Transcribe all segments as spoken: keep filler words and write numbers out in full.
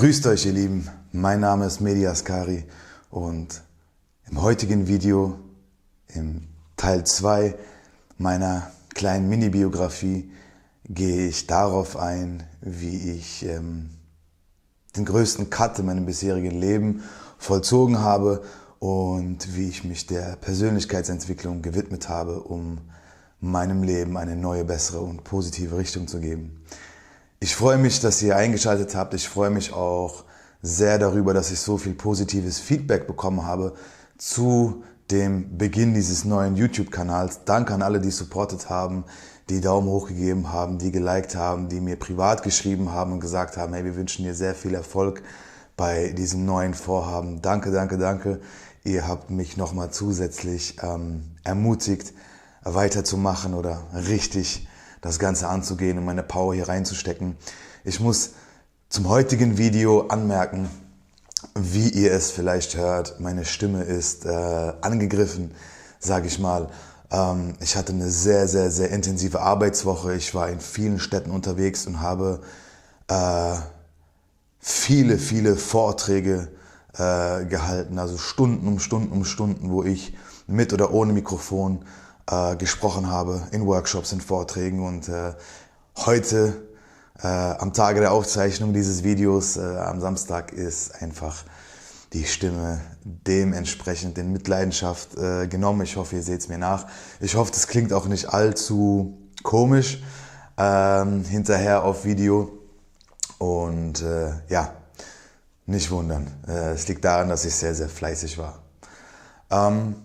Grüßt euch ihr Lieben, mein Name ist Mehdi Askari und im heutigen Video, im Teil zwei meiner kleinen Mini-Biografie, gehe ich darauf ein, wie ich ähm, den größten Cut in meinem bisherigen Leben vollzogen habe und wie ich mich der Persönlichkeitsentwicklung gewidmet habe, um meinem Leben eine neue, bessere und positive Richtung zu geben. Ich freue mich, dass ihr eingeschaltet habt. Ich freue mich auch sehr darüber, dass ich so viel positives Feedback bekommen habe zu dem Beginn dieses neuen YouTube-Kanals. Danke an alle, die supportet haben, die Daumen hoch gegeben haben, die geliked haben, die mir privat geschrieben haben und gesagt haben, hey, wir wünschen dir sehr viel Erfolg bei diesem neuen Vorhaben. Danke, danke, danke. Ihr habt mich nochmal zusätzlich ähm, ermutigt, weiterzumachen oder richtig das Ganze anzugehen und meine Power hier reinzustecken. Ich muss zum heutigen Video anmerken, wie ihr es vielleicht hört, meine Stimme ist äh, angegriffen, sage ich mal. Ähm, ich hatte eine sehr, sehr, sehr intensive Arbeitswoche. Ich war in vielen Städten unterwegs und habe äh, viele, viele Vorträge äh, gehalten, also Stunden um Stunden um Stunden, wo ich mit oder ohne Mikrofon äh, gesprochen habe, in Workshops, in Vorträgen. Und äh, heute, äh, am Tage der Aufzeichnung dieses Videos, äh, am Samstag, ist einfach die Stimme dementsprechend in Mitleidenschaft äh, genommen. Ich hoffe, ihr seht es mir nach. Ich hoffe, das klingt auch nicht allzu komisch ähm, hinterher auf Video. Und äh, ja, nicht wundern. Äh, es liegt daran, dass ich sehr, sehr fleißig war. Ähm,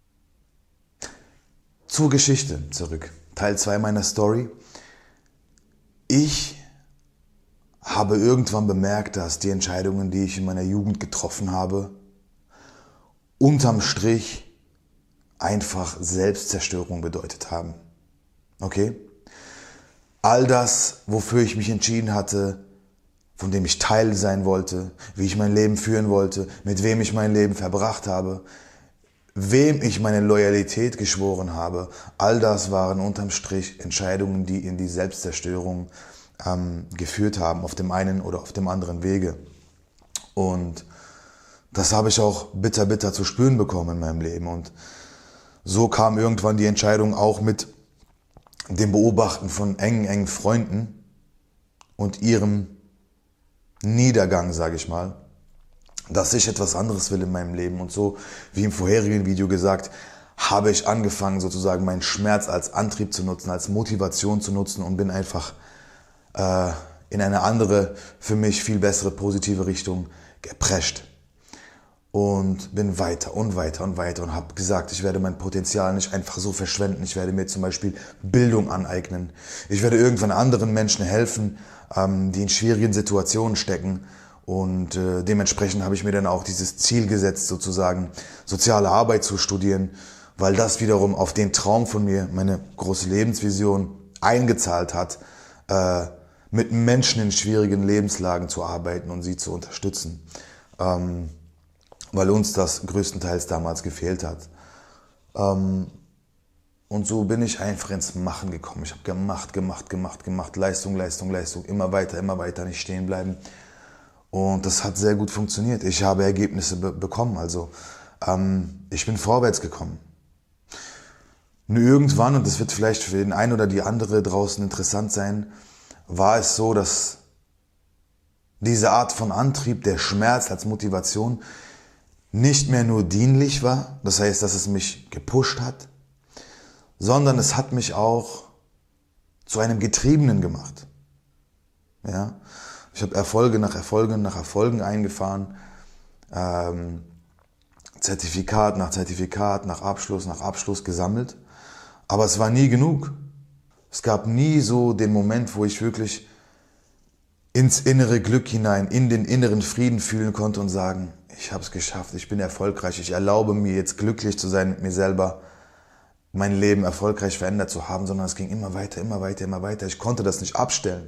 Zur Geschichte zurück. Teil zwei meiner Story. Ich habe irgendwann bemerkt, dass die Entscheidungen, die ich in meiner Jugend getroffen habe, unterm Strich einfach Selbstzerstörung bedeutet haben. Okay? All das, wofür ich mich entschieden hatte, von dem ich Teil sein wollte, wie ich mein Leben führen wollte, mit wem ich mein Leben verbracht habe, wem ich meine Loyalität geschworen habe, all das waren unterm Strich Entscheidungen, die in die Selbstzerstörung ähm, geführt haben, auf dem einen oder auf dem anderen Wege. Und das habe ich auch bitter, bitter zu spüren bekommen in meinem Leben. Und so kam irgendwann die Entscheidung auch mit dem Beobachten von engen, engen Freunden und ihrem Niedergang, sage ich mal, dass ich etwas anderes will in meinem Leben. Und so, wie im vorherigen Video gesagt, habe ich angefangen, sozusagen meinen Schmerz als Antrieb zu nutzen, als Motivation zu nutzen und bin einfach äh, in eine andere, für mich viel bessere, positive Richtung geprescht. Und bin weiter und weiter und weiter und habe gesagt, ich werde mein Potenzial nicht einfach so verschwenden. Ich werde mir zum Beispiel Bildung aneignen. Ich werde irgendwann anderen Menschen helfen, ähm, die in schwierigen Situationen stecken. Und äh, dementsprechend habe ich mir dann auch dieses Ziel gesetzt, sozusagen soziale Arbeit zu studieren, weil das wiederum auf den Traum von mir, meine große Lebensvision, eingezahlt hat, äh, mit Menschen in schwierigen Lebenslagen zu arbeiten und sie zu unterstützen, ähm, weil uns das größtenteils damals gefehlt hat. Ähm, und so bin ich einfach ins Machen gekommen. Ich habe gemacht, gemacht, gemacht, gemacht, Leistung, Leistung, Leistung, immer weiter, immer weiter, nicht stehen bleiben. Und das hat sehr gut funktioniert. Ich habe Ergebnisse be- bekommen, also ähm, ich bin vorwärts gekommen. Nur irgendwann, und das wird vielleicht für den einen oder die andere draußen interessant sein, war es so, dass diese Art von Antrieb, der Schmerz als Motivation, nicht mehr nur dienlich war, das heißt, dass es mich gepusht hat, sondern es hat mich auch zu einem Getriebenen gemacht. Ja? Ich habe Erfolge nach Erfolgen nach Erfolgen eingefahren, ähm, Zertifikat nach Zertifikat, nach Abschluss nach Abschluss gesammelt. Aber es war nie genug. Es gab nie so den Moment, wo ich wirklich ins innere Glück hinein, in den inneren Frieden fühlen konnte und sagen, ich habe es geschafft, ich bin erfolgreich, ich erlaube mir jetzt glücklich zu sein mit mir selber, mein Leben erfolgreich verändert zu haben, sondern es ging immer weiter, immer weiter, immer weiter. Ich konnte das nicht abstellen.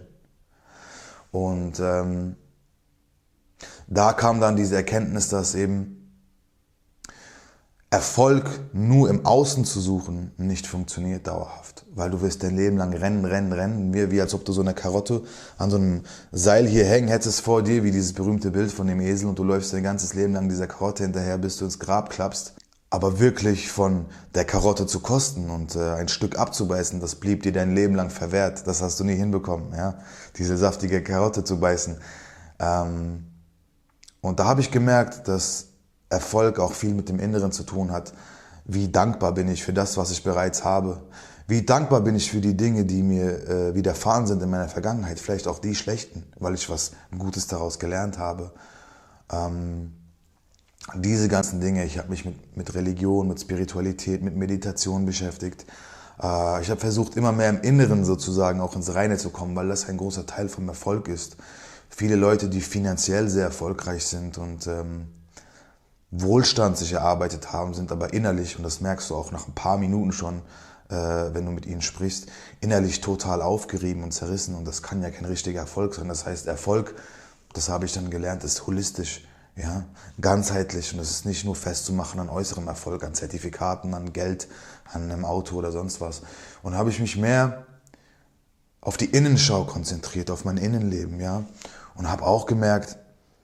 Und ähm, da kam dann diese Erkenntnis, dass eben Erfolg nur im Außen zu suchen nicht funktioniert dauerhaft, weil du wirst dein Leben lang rennen, rennen, rennen, wie, wie als ob du so eine Karotte an so einem Seil hier hängen hättest vor dir, wie dieses berühmte Bild von dem Esel, und du läufst dein ganzes Leben lang dieser Karotte hinterher, bis du ins Grab klappst. Aber wirklich von der Karotte zu kosten und äh, ein Stück abzubeißen, das blieb dir dein Leben lang verwehrt. Das hast du nie hinbekommen, ja, diese saftige Karotte zu beißen. Ähm, und da habe ich gemerkt, dass Erfolg auch viel mit dem Inneren zu tun hat. Wie dankbar bin ich für das, was ich bereits habe? Wie dankbar bin ich für die Dinge, die mir äh, widerfahren sind in meiner Vergangenheit? Vielleicht auch die schlechten, weil ich was Gutes daraus gelernt habe. Ähm, diese ganzen Dinge, ich habe mich mit, mit Religion, mit Spiritualität, mit Meditation beschäftigt. Äh, ich habe versucht, immer mehr im Inneren sozusagen auch ins Reine zu kommen, weil das ein großer Teil vom Erfolg ist. Viele Leute, die finanziell sehr erfolgreich sind und ähm, Wohlstand sich erarbeitet haben, sind aber innerlich, und das merkst du auch nach ein paar Minuten schon, äh, wenn du mit ihnen sprichst, innerlich total aufgerieben und zerrissen, und das kann ja kein richtiger Erfolg sein. Das heißt, Erfolg, das habe ich dann gelernt, ist holistisch, ja, ganzheitlich, und das ist nicht nur festzumachen an äußerem Erfolg, an Zertifikaten, an Geld, an einem Auto oder sonst was. Und da habe ich mich mehr auf die Innenschau konzentriert, auf mein Innenleben, ja, und habe auch gemerkt,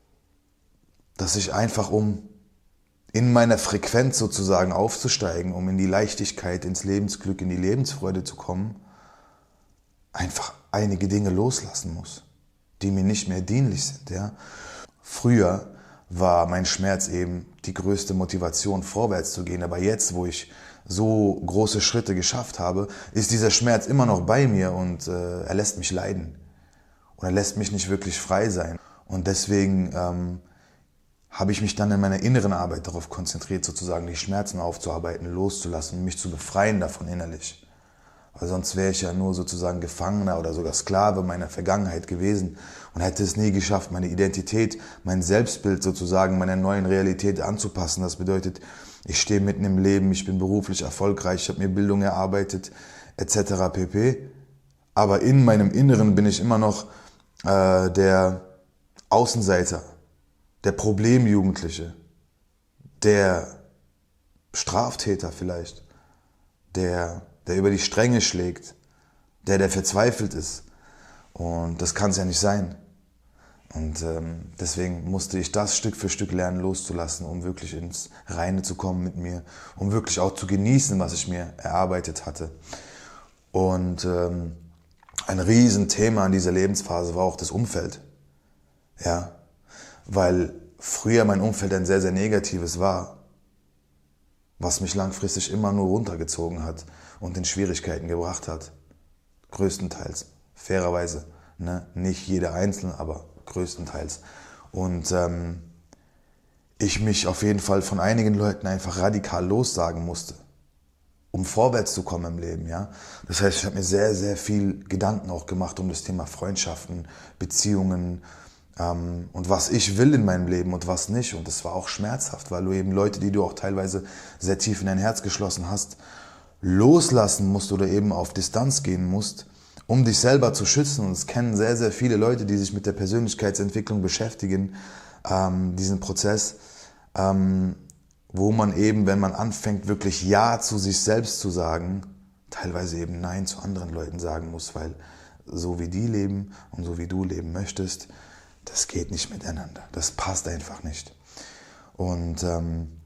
dass ich einfach, um in meiner Frequenz sozusagen aufzusteigen, um in die Leichtigkeit, ins Lebensglück, in die Lebensfreude zu kommen, einfach einige Dinge loslassen muss, die mir nicht mehr dienlich sind. Ja? Früher war mein Schmerz eben die größte Motivation, vorwärts zu gehen, aber jetzt, wo ich so große Schritte geschafft habe, ist dieser Schmerz immer noch bei mir, und äh, er lässt mich leiden und er lässt mich nicht wirklich frei sein. Und deswegen ähm, habe ich mich dann in meiner inneren Arbeit darauf konzentriert, sozusagen die Schmerzen aufzuarbeiten, loszulassen, mich zu befreien davon innerlich. Weil sonst wäre ich ja nur sozusagen Gefangener oder sogar Sklave meiner Vergangenheit gewesen und hätte es nie geschafft, meine Identität, mein Selbstbild sozusagen meiner neuen Realität anzupassen. Das bedeutet, ich stehe mitten im Leben, ich bin beruflich erfolgreich, ich habe mir Bildung erarbeitet, et cetera pp. Aber in meinem Inneren bin ich immer noch äh, der Außenseiter, der Problemjugendliche, der Straftäter vielleicht, der, der über die Stränge schlägt, der, der verzweifelt ist. Und das kann es ja nicht sein. Und ähm, deswegen musste ich das Stück für Stück lernen loszulassen, um wirklich ins Reine zu kommen mit mir, um wirklich auch zu genießen, was ich mir erarbeitet hatte. Und ähm, ein Riesenthema in dieser Lebensphase war auch das Umfeld. Ja, weil früher mein Umfeld ein sehr, sehr negatives war, was mich langfristig immer nur runtergezogen hat und in Schwierigkeiten gebracht hat. Größtenteils, fairerweise, ne? Nicht jeder Einzelne, aber größtenteils. Und ähm, ich mich auf jeden Fall von einigen Leuten einfach radikal lossagen musste, um vorwärts zu kommen im Leben. Ja? Das heißt, ich habe mir sehr, sehr viel Gedanken auch gemacht um das Thema Freundschaften, Beziehungen, und was ich will in meinem Leben und was nicht. Und das war auch schmerzhaft, weil du eben Leute, die du auch teilweise sehr tief in dein Herz geschlossen hast, loslassen musst oder eben auf Distanz gehen musst, um dich selber zu schützen. Und es kennen sehr, sehr viele Leute, die sich mit der Persönlichkeitsentwicklung beschäftigen, ähm, diesen Prozess, ähm, wo man eben, wenn man anfängt, wirklich Ja zu sich selbst zu sagen, teilweise eben Nein zu anderen Leuten sagen muss, weil so wie die leben und so wie du leben möchtest, das geht nicht miteinander. Das passt einfach nicht. Und ähm,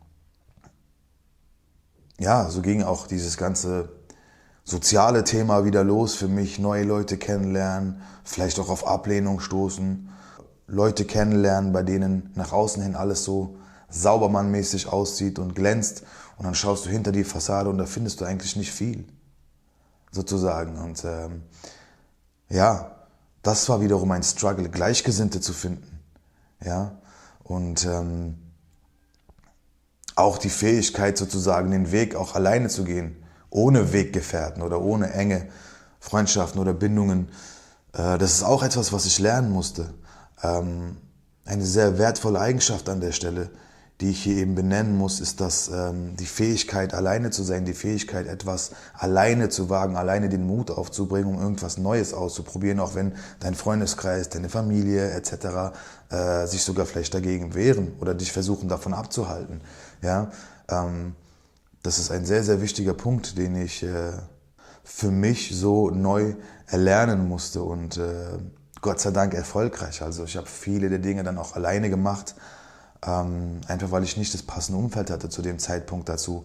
ja, so ging auch dieses ganze soziale Thema wieder los für mich. Neue Leute kennenlernen, vielleicht auch auf Ablehnung stoßen. Leute kennenlernen, bei denen nach außen hin alles so saubermannmäßig aussieht und glänzt. Und dann schaust du hinter die Fassade und da findest du eigentlich nicht viel, sozusagen. Und ähm, ja, das war wiederum ein Struggle, Gleichgesinnte zu finden. Ja? Und ähm, auch die Fähigkeit sozusagen, den Weg auch alleine zu gehen, ohne Weggefährten oder ohne enge Freundschaften oder Bindungen. Äh, das ist auch etwas, was ich lernen musste. Ähm, eine sehr wertvolle Eigenschaft an der Stelle, die ich hier eben benennen muss, ist, dass ähm, die Fähigkeit, alleine zu sein, die Fähigkeit, etwas alleine zu wagen, alleine den Mut aufzubringen, um irgendwas Neues auszuprobieren, auch wenn dein Freundeskreis, deine Familie et cetera äh, sich sogar vielleicht dagegen wehren oder dich versuchen, davon abzuhalten. Ja? Ähm, Das ist ein sehr, sehr wichtiger Punkt, den ich äh, für mich so neu erlernen musste und äh, Gott sei Dank erfolgreich. Also ich habe viele der Dinge dann auch alleine gemacht, ähm, einfach weil ich nicht das passende Umfeld hatte zu dem Zeitpunkt dazu.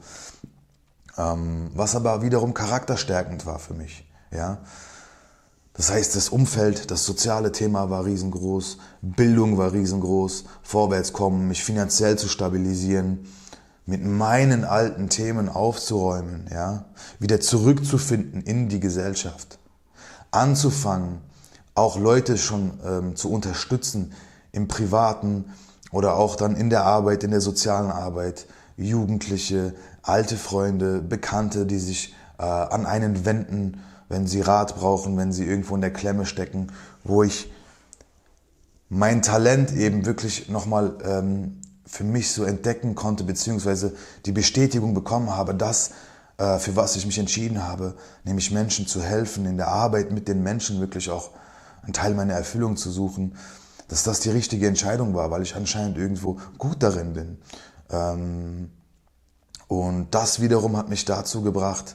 Ähm, was aber wiederum charakterstärkend war für mich. Ja? Das heißt, das Umfeld, das soziale Thema war riesengroß, Bildung war riesengroß, Vorwärtskommen, mich finanziell zu stabilisieren, mit meinen alten Themen aufzuräumen, ja? Wieder zurückzufinden in die Gesellschaft, anzufangen, auch Leute schon ähm, zu unterstützen im Privaten oder auch dann in der Arbeit, in der sozialen Arbeit, Jugendliche, alte Freunde, Bekannte, die sich äh, an einen wenden, wenn sie Rat brauchen, wenn sie irgendwo in der Klemme stecken, wo ich mein Talent eben wirklich nochmal ähm, für mich so entdecken konnte, beziehungsweise die Bestätigung bekommen habe, dass äh, für was ich mich entschieden habe, nämlich Menschen zu helfen, in der Arbeit mit den Menschen wirklich auch einen Teil meiner Erfüllung zu suchen, dass das die richtige Entscheidung war, weil ich anscheinend irgendwo gut darin bin. Ähm, und das wiederum hat mich dazu gebracht,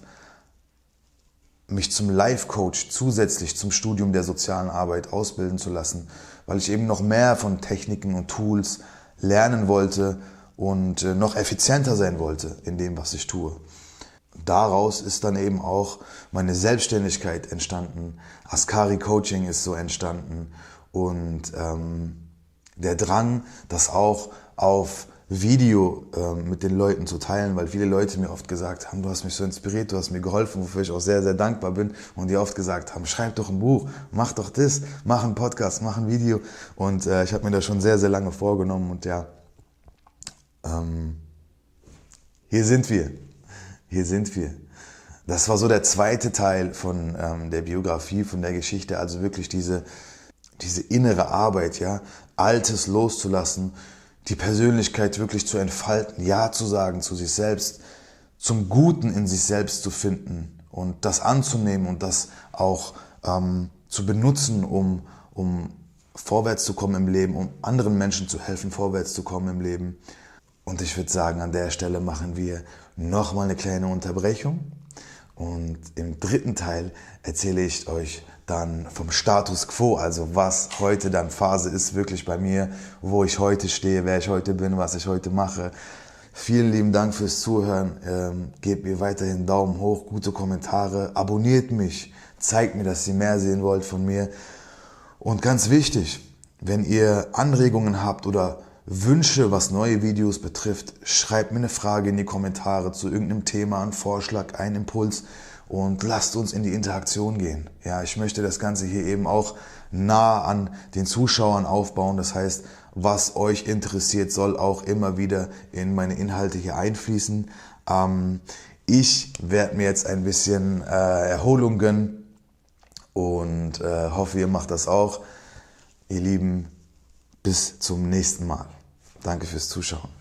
mich zum Life-Coach zusätzlich zum Studium der sozialen Arbeit ausbilden zu lassen, weil ich eben noch mehr von Techniken und Tools lernen wollte und noch effizienter sein wollte in dem, was ich tue. Daraus ist dann eben auch meine Selbstständigkeit entstanden. Askari Coaching ist so entstanden und ähm, der Drang, das auch auf Video ähm, mit den Leuten zu teilen, weil viele Leute mir oft gesagt haben, du hast mich so inspiriert, du hast mir geholfen, wofür ich auch sehr, sehr dankbar bin und die oft gesagt haben, schreib doch ein Buch, mach doch das, mach einen Podcast, mach ein Video und äh, ich habe mir das schon sehr, sehr lange vorgenommen und ja, ähm, hier sind wir. Hier sind wir. Das war so der zweite Teil von ähm, der Biografie, von der Geschichte, also wirklich diese, diese innere Arbeit, ja, Altes loszulassen, die Persönlichkeit wirklich zu entfalten, Ja zu sagen zu sich selbst, zum Guten in sich selbst zu finden und das anzunehmen und das auch ähm, zu benutzen, um, um vorwärts zu kommen im Leben, um anderen Menschen zu helfen, vorwärts zu kommen im Leben. Und ich würde sagen, an der Stelle machen wir nochmal eine kleine Unterbrechung. Und im dritten Teil erzähle ich euch dann vom Status Quo, also was heute dann Phase ist wirklich bei mir, wo ich heute stehe, wer ich heute bin, was ich heute mache. Vielen lieben Dank fürs Zuhören. Ähm, gebt mir weiterhin Daumen hoch, gute Kommentare, abonniert mich, zeigt mir, dass ihr mehr sehen wollt von mir. Und ganz wichtig, wenn ihr Anregungen habt oder Wünsche, was neue Videos betrifft, schreibt mir eine Frage in die Kommentare zu irgendeinem Thema, einen Vorschlag, einen Impuls und lasst uns in die Interaktion gehen. Ja, ich möchte das Ganze hier eben auch nah an den Zuschauern aufbauen. Das heißt, was euch interessiert, soll auch immer wieder in meine Inhalte hier einfließen. Ähm, ich werde mir jetzt ein bisschen äh, Erholung gönnen und äh, hoffe, ihr macht das auch. Ihr Lieben, bis zum nächsten Mal. Danke fürs Zuschauen.